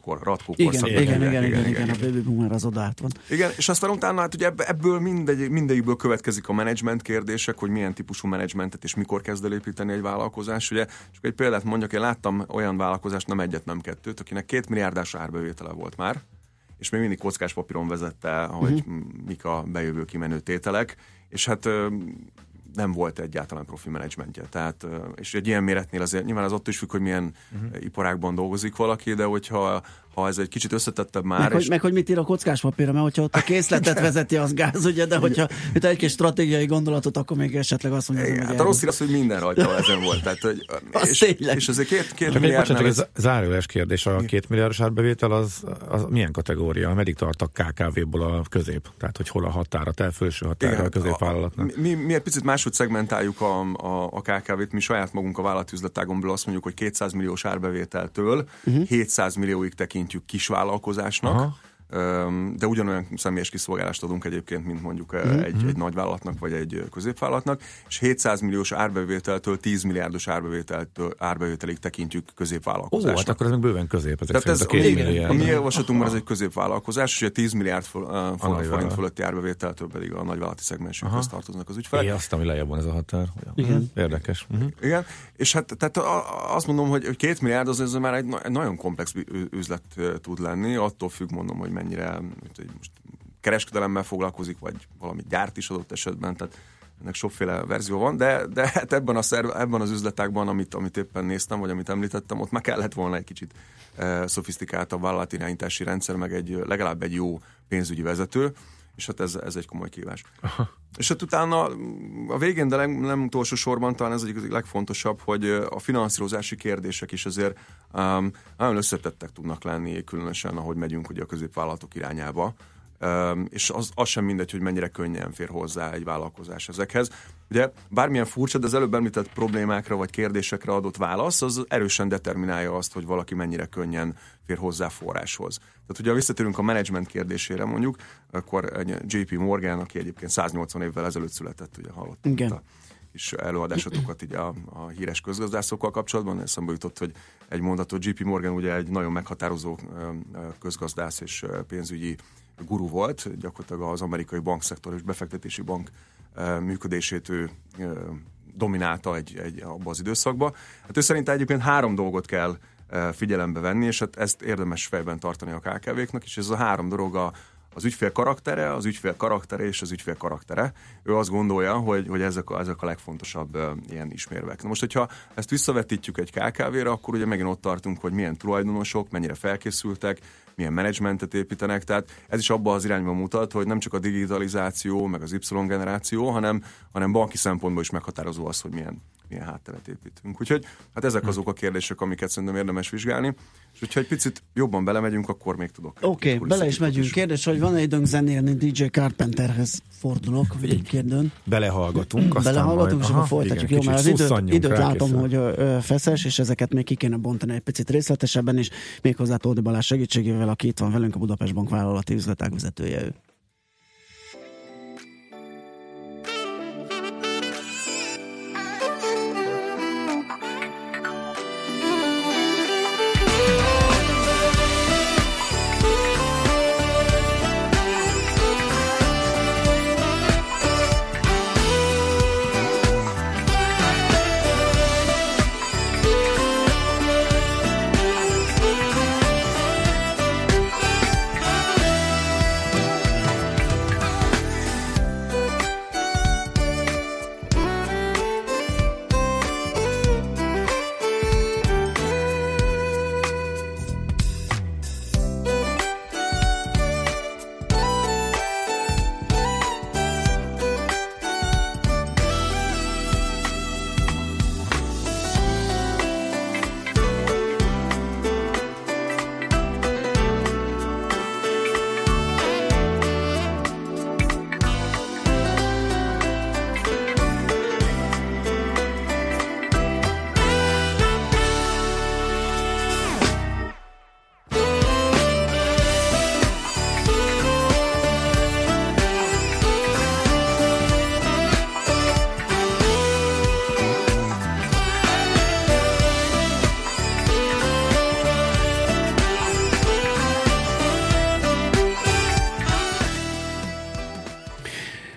Igen, a Baby Boomer az odaállt van. Igen, és aztán utána hát ugye ebből mindegyikből következik a menedzsment kérdések, hogy milyen típusú menedzsmentet és mikor kezd el építeni egy vállalkozás. Ugye, csak egy példát mondjak, én láttam olyan vállalkozást, nem egyet, nem kettőt, akinek 2 milliárdos árbevétele volt már, és még mindig kockás papíron vezette, hogy mik a bejövő kimenő tételek, és hát nem volt egyáltalán profi menedzsmentje. Tehát, és egy ilyen méretnél azért nyilván az ott is függ, hogy milyen iparágban dolgozik valaki, de hogyha ez egy kicsit összetettebb már... Meg hogy mit ír a kockás papírra, mert hogyha ott a készletet vezeti, az gáz, ugye, de hogyha egy kis stratégiai gondolatot, akkor még esetleg azt mondja, hogy... Hát a rossz ír az, hogy minden rajta ezen volt. Tehát, és azért 2 milliárd... Ez zárójeles kérdés, a 2 milliárdos árbevétel az milyen kategória? Meddig tart a KKV-ból a közép? Tehát, hogy hol a határa, te felső határa a középvállalatnak? Mi egy picit máshogy szegmentáljuk a KKV-t, mi saját magunk a vállalati üzletágomból azt mondjuk, hogy 200 milliós árbevételtől 700 millióig tekintjük kisvállalkozásnak, de ugyanolyan személyes kiszolgálást adunk egyébként, mint mondjuk egy nagyvállalatnak vagy egy középvállalatnak, és 700 milliós árbevételtől 10 milliárdos árbevételig tekintjük középvállalkozásnak. Hát akkor ez meg bőven közép. Tehát ez a mi javaslatunkban ez egy középvállalkozás, és a 10 milliárd forint fölötti árbevételtől pedig a nagyvállalati szegmensünkhez tartoznak az ügyfelek. Azt, ami lejjebb van ez a határ. Igen. Érdekes. Igen, és hát tehát azt mondom, hogy 2 milliárd az már egy nagyon komplex üzlet tud lenni, attól függ, mondom, hogy mennyire most kereskedelemmel foglalkozik, vagy valami gyárt is adott esetben, tehát ennek sokféle verzió van, de hát ebben az üzletágban, amit éppen néztem, vagy amit említettem, ott már kellett volna egy kicsit szofisztikáltabb vállalatirányítási rendszer, meg legalább egy jó pénzügyi vezető, és hát ez egy komoly kihívás. És hát utána a végén, de nem utolsó sorban talán ez egyik legfontosabb, hogy a finanszírozási kérdések is azért nagyon összetettek tudnak lenni, különösen ahogy megyünk ugye a középvállalatok irányába. És az sem mindegy, hogy mennyire könnyen fér hozzá egy vállalkozás ezekhez. Ugye bármilyen furcsa, de az előbb említett problémákra vagy kérdésekre adott válasz, az erősen determinálja azt, hogy valaki mennyire könnyen fér hozzá forráshoz. Tehát ugye visszatérünk a menedzsment kérdésére mondjuk, akkor JP Morgan, aki egyébként 180 évvel ezelőtt született, ugye hallottunk a kis előadásotokat így a híres közgazdászokkal kapcsolatban, eszembe jutott, hogy egy mondatot, JP Morgan ugye egy nagyon meghatározó közgazdász és pénzügyi guru volt, gyakorlatilag az amerikai bankszektor és befektetési bank működését ő dominálta abban az időszakban. Hát ő szerint egyébként 3 dolgot kell figyelembe venni, és hát ezt érdemes fejben tartani a KKV-knak, és ez a 3 dolog az ügyfél karaktere, az ügyfél karaktere és az ügyfél karaktere. Ő azt gondolja, hogy ezek a legfontosabb ilyen ismérvek. Na most, hogyha ezt visszavetítjük egy KKV-re, akkor ugye megint ott tartunk, hogy milyen tulajdonosok, mennyire felkészültek, milyen menedzsmentet építenek, tehát ez is abba az irányba mutat, hogy nem csak a digitalizáció, meg az Y-generáció, hanem banki szempontból is meghatározó az, hogy milyen hátteret építünk. Úgyhogy hát ezek azok a kérdések, amiket szerintem érdemes vizsgálni, és hogyha egy picit jobban belemegyünk, akkor még tudok. Oké, bele is megyünk. Kérdés, hogy van-e időnk zenélni, DJ Carpenterhez fordulok, vagy egy kérdőn. Belehallgatunk, és akkor folytatjuk. Jó, mert az időt látom, hogy feszes, és ezeket még ki kéne bontani egy picit részletesebben, és méghozzá Tódi Balázs segítségével, aki itt van velünk, a Budapest Bank vállalati üzletág vezetője ő.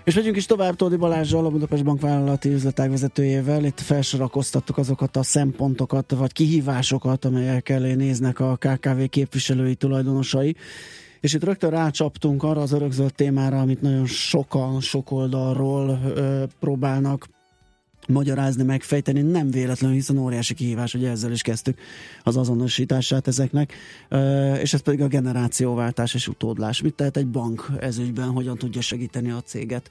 És megyünk is tovább Tódi Balázsral, a Budapest Bank vállalati üzletág vezetőjével. Itt felsorakoztattuk azokat a szempontokat, vagy kihívásokat, amelyek elé néznek a KKV képviselői, tulajdonosai. És itt rögtön rácsaptunk arra az örökzöld témára, amit nagyon sokan, sok oldalról próbálnak magyarázni, megfejteni, nem véletlenül, hiszen óriási kihívás, hogy ezzel is kezdtük az azonosítását ezeknek, és ez pedig a generációváltás és utódlás. Mit tehet egy bank ez ügyben, hogyan tudja segíteni a céget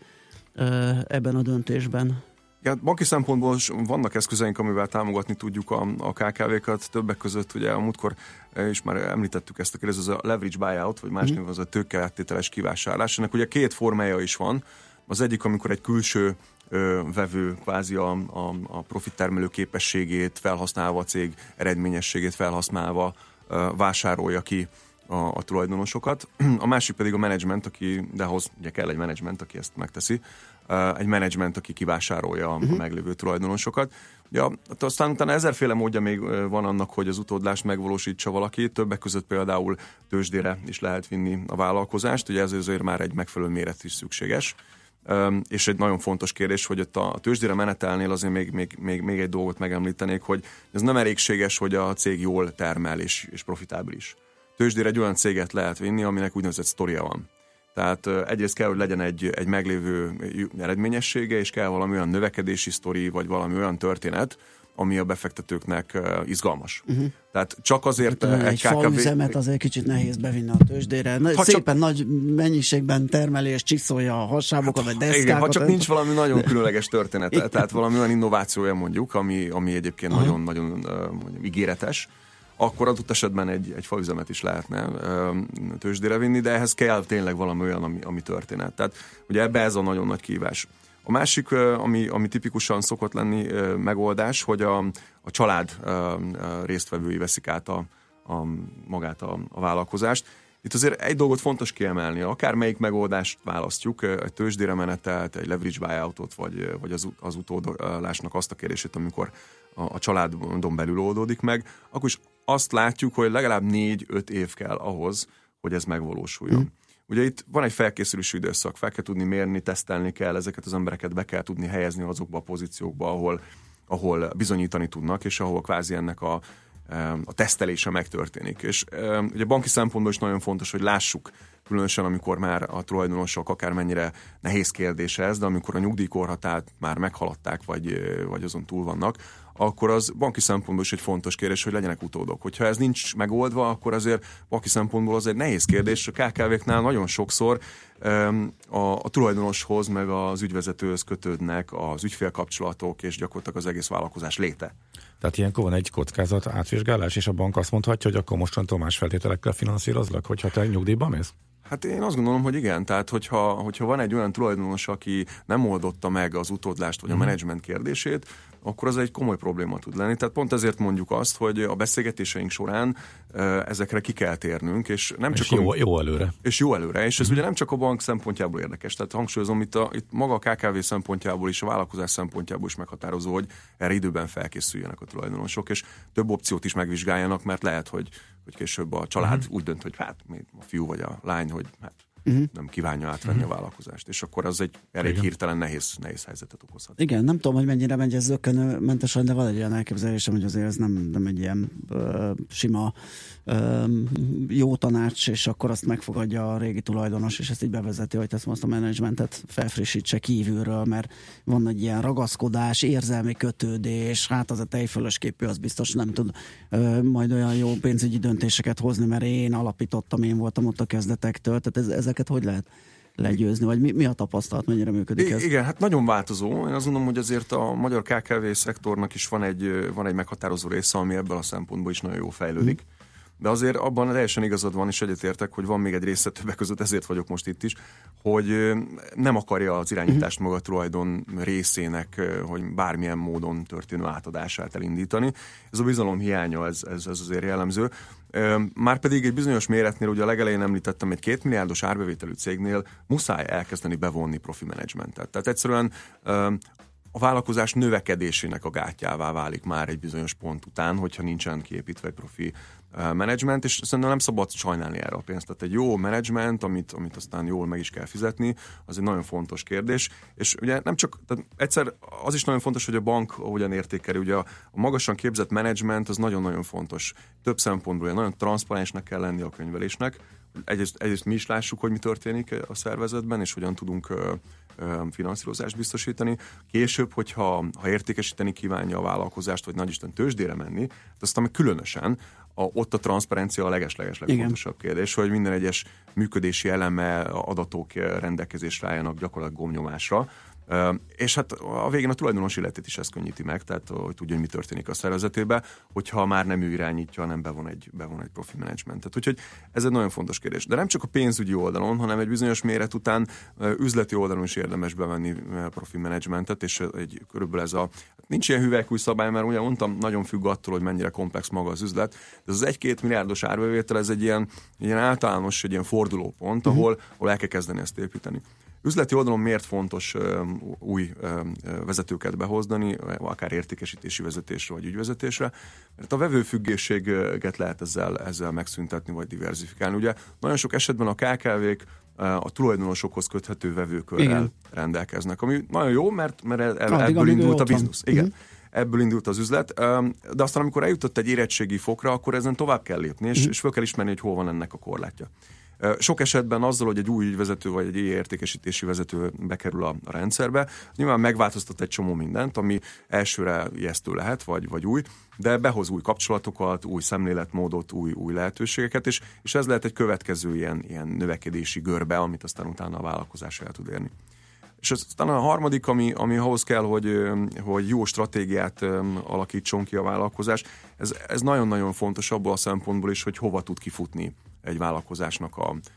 ebben a döntésben? Ja, banki szempontból vannak eszközeink, amivel támogatni tudjuk a KKV-kat, többek között ugye a múltkor is már említettük ezt a kérdést, az a leverage buyout, vagy más néven az a tőkeáttételes kivásárlás. Ennek ugye két formája is van. Az egyik, amikor egy külső vevő kvázi a profittermelő képességét felhasználva, a cég eredményességét felhasználva vásárolja ki a tulajdonosokat. A másik pedig a menedzsment, de ahhoz ugye kell egy menedzsment, aki ezt megteszi. Egy menedzsment, aki kivásárolja a meglévő tulajdonosokat. Ja, aztán utána ezerféle módja még van annak, hogy az utódlást megvalósítsa valaki. Többek között például tőzsdére is lehet vinni a vállalkozást, ugye ez azért már egy megfelelő méret is szükséges. És egy nagyon fontos kérdés, hogy ott a tőzsdére menetelnél azért még egy dolgot megemlítenék, hogy ez nem elégséges, hogy a cég jól termel és profitábilis. Tőzsdére egy olyan céget lehet vinni, aminek úgynevezett sztoria van. Tehát egyrészt kell, hogy legyen egy meglévő eredményessége, és kell valami olyan növekedési sztori, vagy valami olyan történet, ami a befektetőknek izgalmas. Tehát csak azért egy faüzemet azért kicsit nehéz bevinni a tőzsdére. Szépen nagy mennyiségben termeli és csiszolja a hasábokat, vagy deszkákat. Igen, ha csak nincs valami nagyon különleges története, tehát valami olyan innovációja mondjuk, ami egyébként nagyon-nagyon ígéretes, akkor adott esetben egy faüzemet is lehetne tőzsdére vinni, de ehhez kell tényleg valami olyan, ami történet. Tehát ugye ebbe ez a nagyon nagy kihívás. A másik, ami tipikusan szokott lenni megoldás, hogy a család résztvevői veszik át magát a vállalkozást. Itt azért egy dolgot fontos kiemelni, akármelyik megoldást választjuk, egy tőzsdére menetelt, egy leverage buyoutot, vagy az utódlásnak azt a kérdését, amikor a családon belül oldódik meg, akkor is azt látjuk, hogy legalább 4-5 év kell ahhoz, hogy ez megvalósuljon. Ugye itt van egy felkészülési időszak, fel kell tudni mérni, tesztelni kell, ezeket az embereket be kell tudni helyezni azokba a pozíciókba, ahol bizonyítani tudnak, és ahol kvázi ennek a tesztelése megtörténik. És ugye banki szempontból is nagyon fontos, hogy lássuk, különösen amikor már a tulajdonosok akármennyire nehéz kérdés ez, de amikor a nyugdíjkorhatárt már meghaladták, vagy azon túl vannak, akkor az banki szempontból is egy fontos kérdés, hogy legyenek utódok. Hogyha ez nincs megoldva, akkor azért banki szempontból az egy nehéz kérdés. A KKV-knál nagyon sokszor a tulajdonoshoz, meg az ügyvezetőhöz kötődnek az ügyfélkapcsolatok, és gyakorlatilag az egész vállalkozás léte. Tehát ilyenkor van egy kockázat átvizsgálás, és a bank azt mondhatja, hogy akkor mostantól más feltételekkel finanszírozlak, hogyha te nyugdíjba mész? Hát én azt gondolom, hogy igen. Tehát, hogyha van egy olyan tulajdonos, aki nem oldotta meg az utódlást, vagy a menedzsment kérdését, akkor az egy komoly probléma tud lenni. Tehát pont ezért mondjuk azt, hogy a beszélgetéseink során ezekre ki kell térnünk, és nem csak jó előre. És jó előre. És ez ugye nem csak a bank szempontjából érdekes. Tehát hangsúlyozom, itt maga a KKV szempontjából is, a vállalkozás szempontjából is meghatározó, hogy erre időben felkészüljenek a tulajdonosok, és több opciót is megvizsgáljanak, mert lehet, hogy később a család úgy dönt, hogy hát a fiú vagy a lány, hogy hát nem kívánja átvenni a vállalkozást, és akkor az egy elég hirtelen nehéz helyzetet okozhat. Igen, nem tudom, hogy mennyire megy ez zökkenőmentesen, de van egy olyan elképzelésem, hogy azért ez nem egy ilyen sima jó tanács, és akkor azt megfogadja a régi tulajdonos, és ezt így bevezeti, hogy teszem azt a menedzsmentet felfrissítse kívülről, mert van egy ilyen ragaszkodás, érzelmi kötődés, hát az a tejfölös képű, az biztos nem tud majd olyan jó pénzügyi döntéseket hozni, mert én alapítottam, én voltam ott a kezdetektől, tehát ezeket hogy lehet legyőzni, vagy mi a tapasztalat, mennyire működik ez? Igen, hát nagyon változó. Én azt gondolom, hogy azért a magyar KKV szektornak is van egy meghatározó része, ami ebből a szempontból is nagyon jó fejlődik. De azért abban teljesen igazad van, és egyetértek, hogy van még egy része, többek között ezért vagyok most itt is, hogy nem akarja az irányítást maga tulajdon részének, hogy bármilyen módon történő átadását elindítani. Ez a bizalom hiánya, ez azért jellemző. Márpedig egy bizonyos méretnél, ugye a legelején említettem, egy 2 milliárdos árbevételű cégnél muszáj elkezdeni bevonni profi menedzsmentet. Tehát egyszerűen a vállalkozás növekedésének a gátjává válik már egy bizonyos pont után, hogyha nincsen kiépítve egy profi menedzsment, és szerintem nem szabad sajnálni erre a pénzt. Tehát egy jó menedzsment, amit aztán jól meg is kell fizetni, az egy nagyon fontos kérdés. És ugye nem csak, tehát egyszer az is nagyon fontos, hogy a bank hogyan értékeli. Ugye a magasan képzett menedzsment az nagyon-nagyon fontos. Több szempontból nagyon transzparensnek kell lenni a könyvelésnek. Egyrészt mi is lássuk, hogy mi történik a szervezetben, és hogyan tudunk finanszírozást biztosítani. Később, hogyha értékesíteni kívánja a vállalkozást, vagy nagyisten tőzsdére menni, aztán meg különösen ott a transzparencia a legfontosabb kérdés, hogy minden egyes működési eleme, adatok rendelkezésre álljanak gyakorlatilag gomnyomásra. És hát a végén a tulajdonos életét is ezt könnyíti meg, tehát hogy tudja, hogy mi történik a szervezetében, hogyha már nem ő irányítja, hanem bevon egy profi menedzsmentet. Úgyhogy ez egy nagyon fontos kérdés. De nem csak a pénzügyi oldalon, hanem egy bizonyos méret után üzleti oldalon is érdemes bevenni profi menedzsmentet, és körülbelül nincs ilyen hüvelykúj szabály, mert ugye mondtam, nagyon függ attól, hogy mennyire komplex maga az üzlet, de az 1-2 milliárdos árbevétel, ez egy ilyen általános, egy ilyen fordulópont, ahol el kell kezdeni ezt építeni. Üzleti oldalon miért fontos új vezetőket behozni, akár értékesítési vezetésre vagy ügyvezetésre? Mert a vevőfüggőséget lehet ezzel megszüntetni vagy diverzifikálni. Ugye nagyon sok esetben a KKV-k a tulajdonosokhoz köthető vevőkörrel rendelkeznek, ami nagyon jó, mert ebből indult a biznisz. Igen. Ebből indult az üzlet, de aztán amikor eljutott egy érettségi fokra, akkor ezen tovább kell lépni, és föl kell ismerni, hogy hol van ennek a korlátja. Sok esetben azzal, hogy egy új ügyvezető vagy egy értékesítési vezető bekerül a rendszerbe, nyilván megváltoztat egy csomó mindent, ami elsőre ijesztő lehet, vagy új, de behoz új kapcsolatokat, új szemléletmódot, új lehetőségeket, és ez lehet egy következő ilyen növekedési görbe, amit aztán utána a vállalkozás el tud érni. És aztán a harmadik, ami ahhoz kell, hogy jó stratégiát alakítson ki a vállalkozás, ez nagyon-nagyon fontos abból a szempontból is, hogy hova tud kifutni egy vállalkozásnak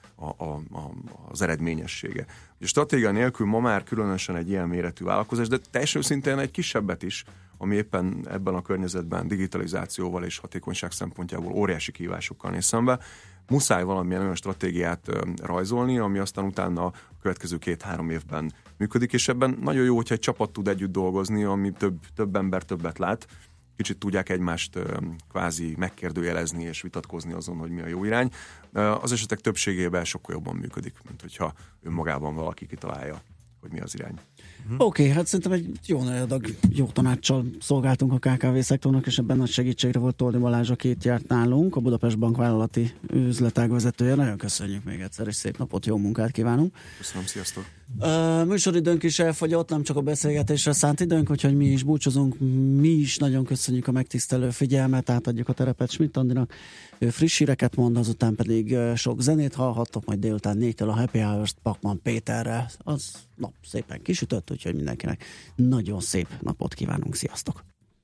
az eredményessége. A stratégia nélkül ma már különösen egy ilyen méretű vállalkozás, de teljesen őszintén egy kisebbet is, ami éppen ebben a környezetben digitalizációval és hatékonyság szempontjából óriási kihívásokkal néz szembe, muszáj valamilyen olyan stratégiát rajzolni, ami aztán utána a következő 2-3 évben működik, és ebben nagyon jó, hogyha egy csapat tud együtt dolgozni, ami több ember többet lát, kicsit tudják egymást kvázi megkérdőjelezni és vitatkozni azon, hogy mi a jó irány. Az esetek többségében sokkal jobban működik, mint hogyha önmagában valaki kitalálja, hogy mi az irány. Oké, hát szerintem egy jó nagy adag jó tanácssal szolgáltunk a KKV szektornak, és ebben nagy segítségre volt Toldi Balázs, aki itt járt nálunk, a Budapest Bank vállalati üzletág vezetője. Nagyon köszönjük még egyszer, és szép napot, jó munkát kívánunk. Köszönöm, sziasztok! Műsoridőnk is elfogyott, nem csak a beszélgetésre szánt időnk, úgyhogy mi is búcsúzunk. Mi is nagyon köszönjük a megtisztelő figyelmet, átadjuk a terepet Schmidt Andinak. Ő friss híreket mond, azután pedig sok zenét hallhattok, majd délután 4-től a Happy Hours-t Pakman Péterrel. Az nap szépen kisütött, úgyhogy mindenkinek nagyon szép napot kívánunk. Sziasztok!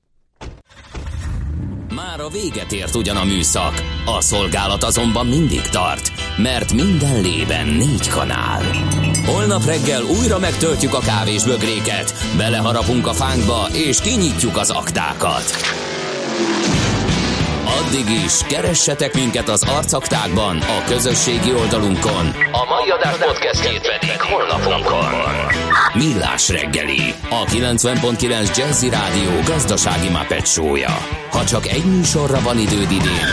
Már a véget ért ugyan a műszak, a szolgálat azonban mindig tart, mert minden lében 4 kanál. Holnap reggel újra megtöltjük a kávésbögréket, beleharapunk a fánkba és kinyitjuk az aktákat. Addig is keressetek minket az arcaktákban, a közösségi oldalunkon. A mai adás podcastjét pedig honlapunkon. Millás reggeli, a 90.9 Jazzy Rádió gazdasági Muppet show-ja. Ha csak egy műsorra van időd idén,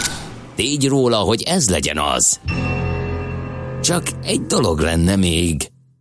tégy róla, hogy ez legyen az. Csak egy dolog lenne még.